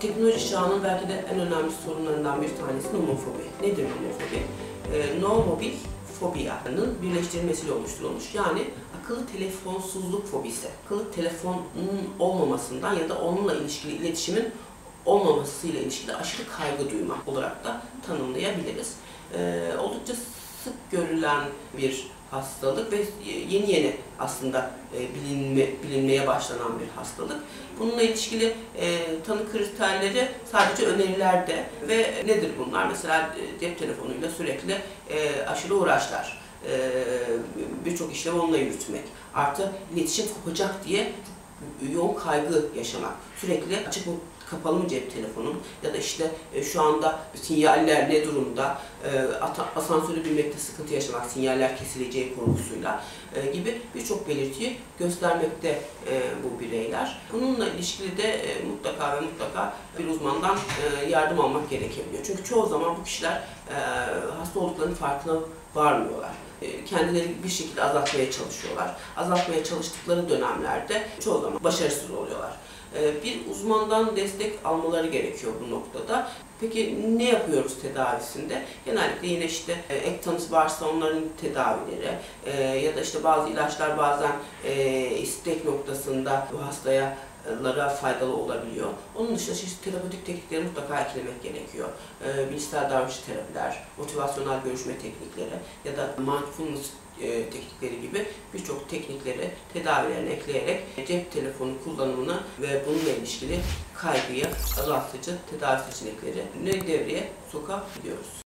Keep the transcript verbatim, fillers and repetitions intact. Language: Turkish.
Teknoloji çağının belki de en önemli sorunlarından bir tanesi nomofobi. Nedir nomofobi? E, no mobil fobia'nın birleştirilmesiyle oluşturulmuş. Yani akıllı telefonsuzluk fobisi. Akıllı telefonun olmamasından ya da onunla ilişkili iletişimin olmamasıyla ilişkili aşırı kaygı duyma olarak da tanımlayabiliriz. E, oldukça sık görülen bir hastalık ve yeni yeni aslında e, bilinme, bilinmeye başlanan bir hastalık. Bununla ilişkili e, tanı kriterleri sadece önerilerde ve nedir bunlar? Mesela e, cep telefonuyla sürekli e, aşırı uğraşlar, e, birçok işlemi onunla yürütmek, artı iletişim kopacak diye yoğun kaygı yaşamak, sürekli açık mı kapalı mı cep telefonum ya da işte e, şu anda sinyaller ne durumda, e, asansörü binmekte sıkıntı yaşamak, sinyaller kesileceği korkusuyla e, gibi birçok belirtiyi göstermekte e, bu bireyler. Bununla ilişkili de e, mutlaka ve mutlaka bir uzmandan e, yardım almak gerekebiliyor. Çünkü çoğu zaman bu kişiler e, hasta olduklarının farkına varmıyorlar. E, kendileri bir şekilde azaltmaya çalışıyorlar. Azaltmaya çalıştıkları dönemlerde çoğu zaman başarısız oluyorlar. Bir uzmandan destek almaları gerekiyor bu noktada. Peki ne yapıyoruz tedavisinde? Genellikle yine işte ek tanısı varsa onların tedavileri ya da işte bazı ilaçlar bazen istek noktasında bu hastaya faydalı olabiliyor. Onun dışında işte terapötik teknikleri mutlaka eklemek gerekiyor. E, bilişsel davranış terapiler, motivasyonel görüşme teknikleri ya da mindfulness e, teknikleri gibi birçok teknikleri tedavilerine ekleyerek cep telefonu kullanımını ve bununla ilişkili kaygıyı azaltıcı tedavi seçenekleri devreye sokabiliyoruz.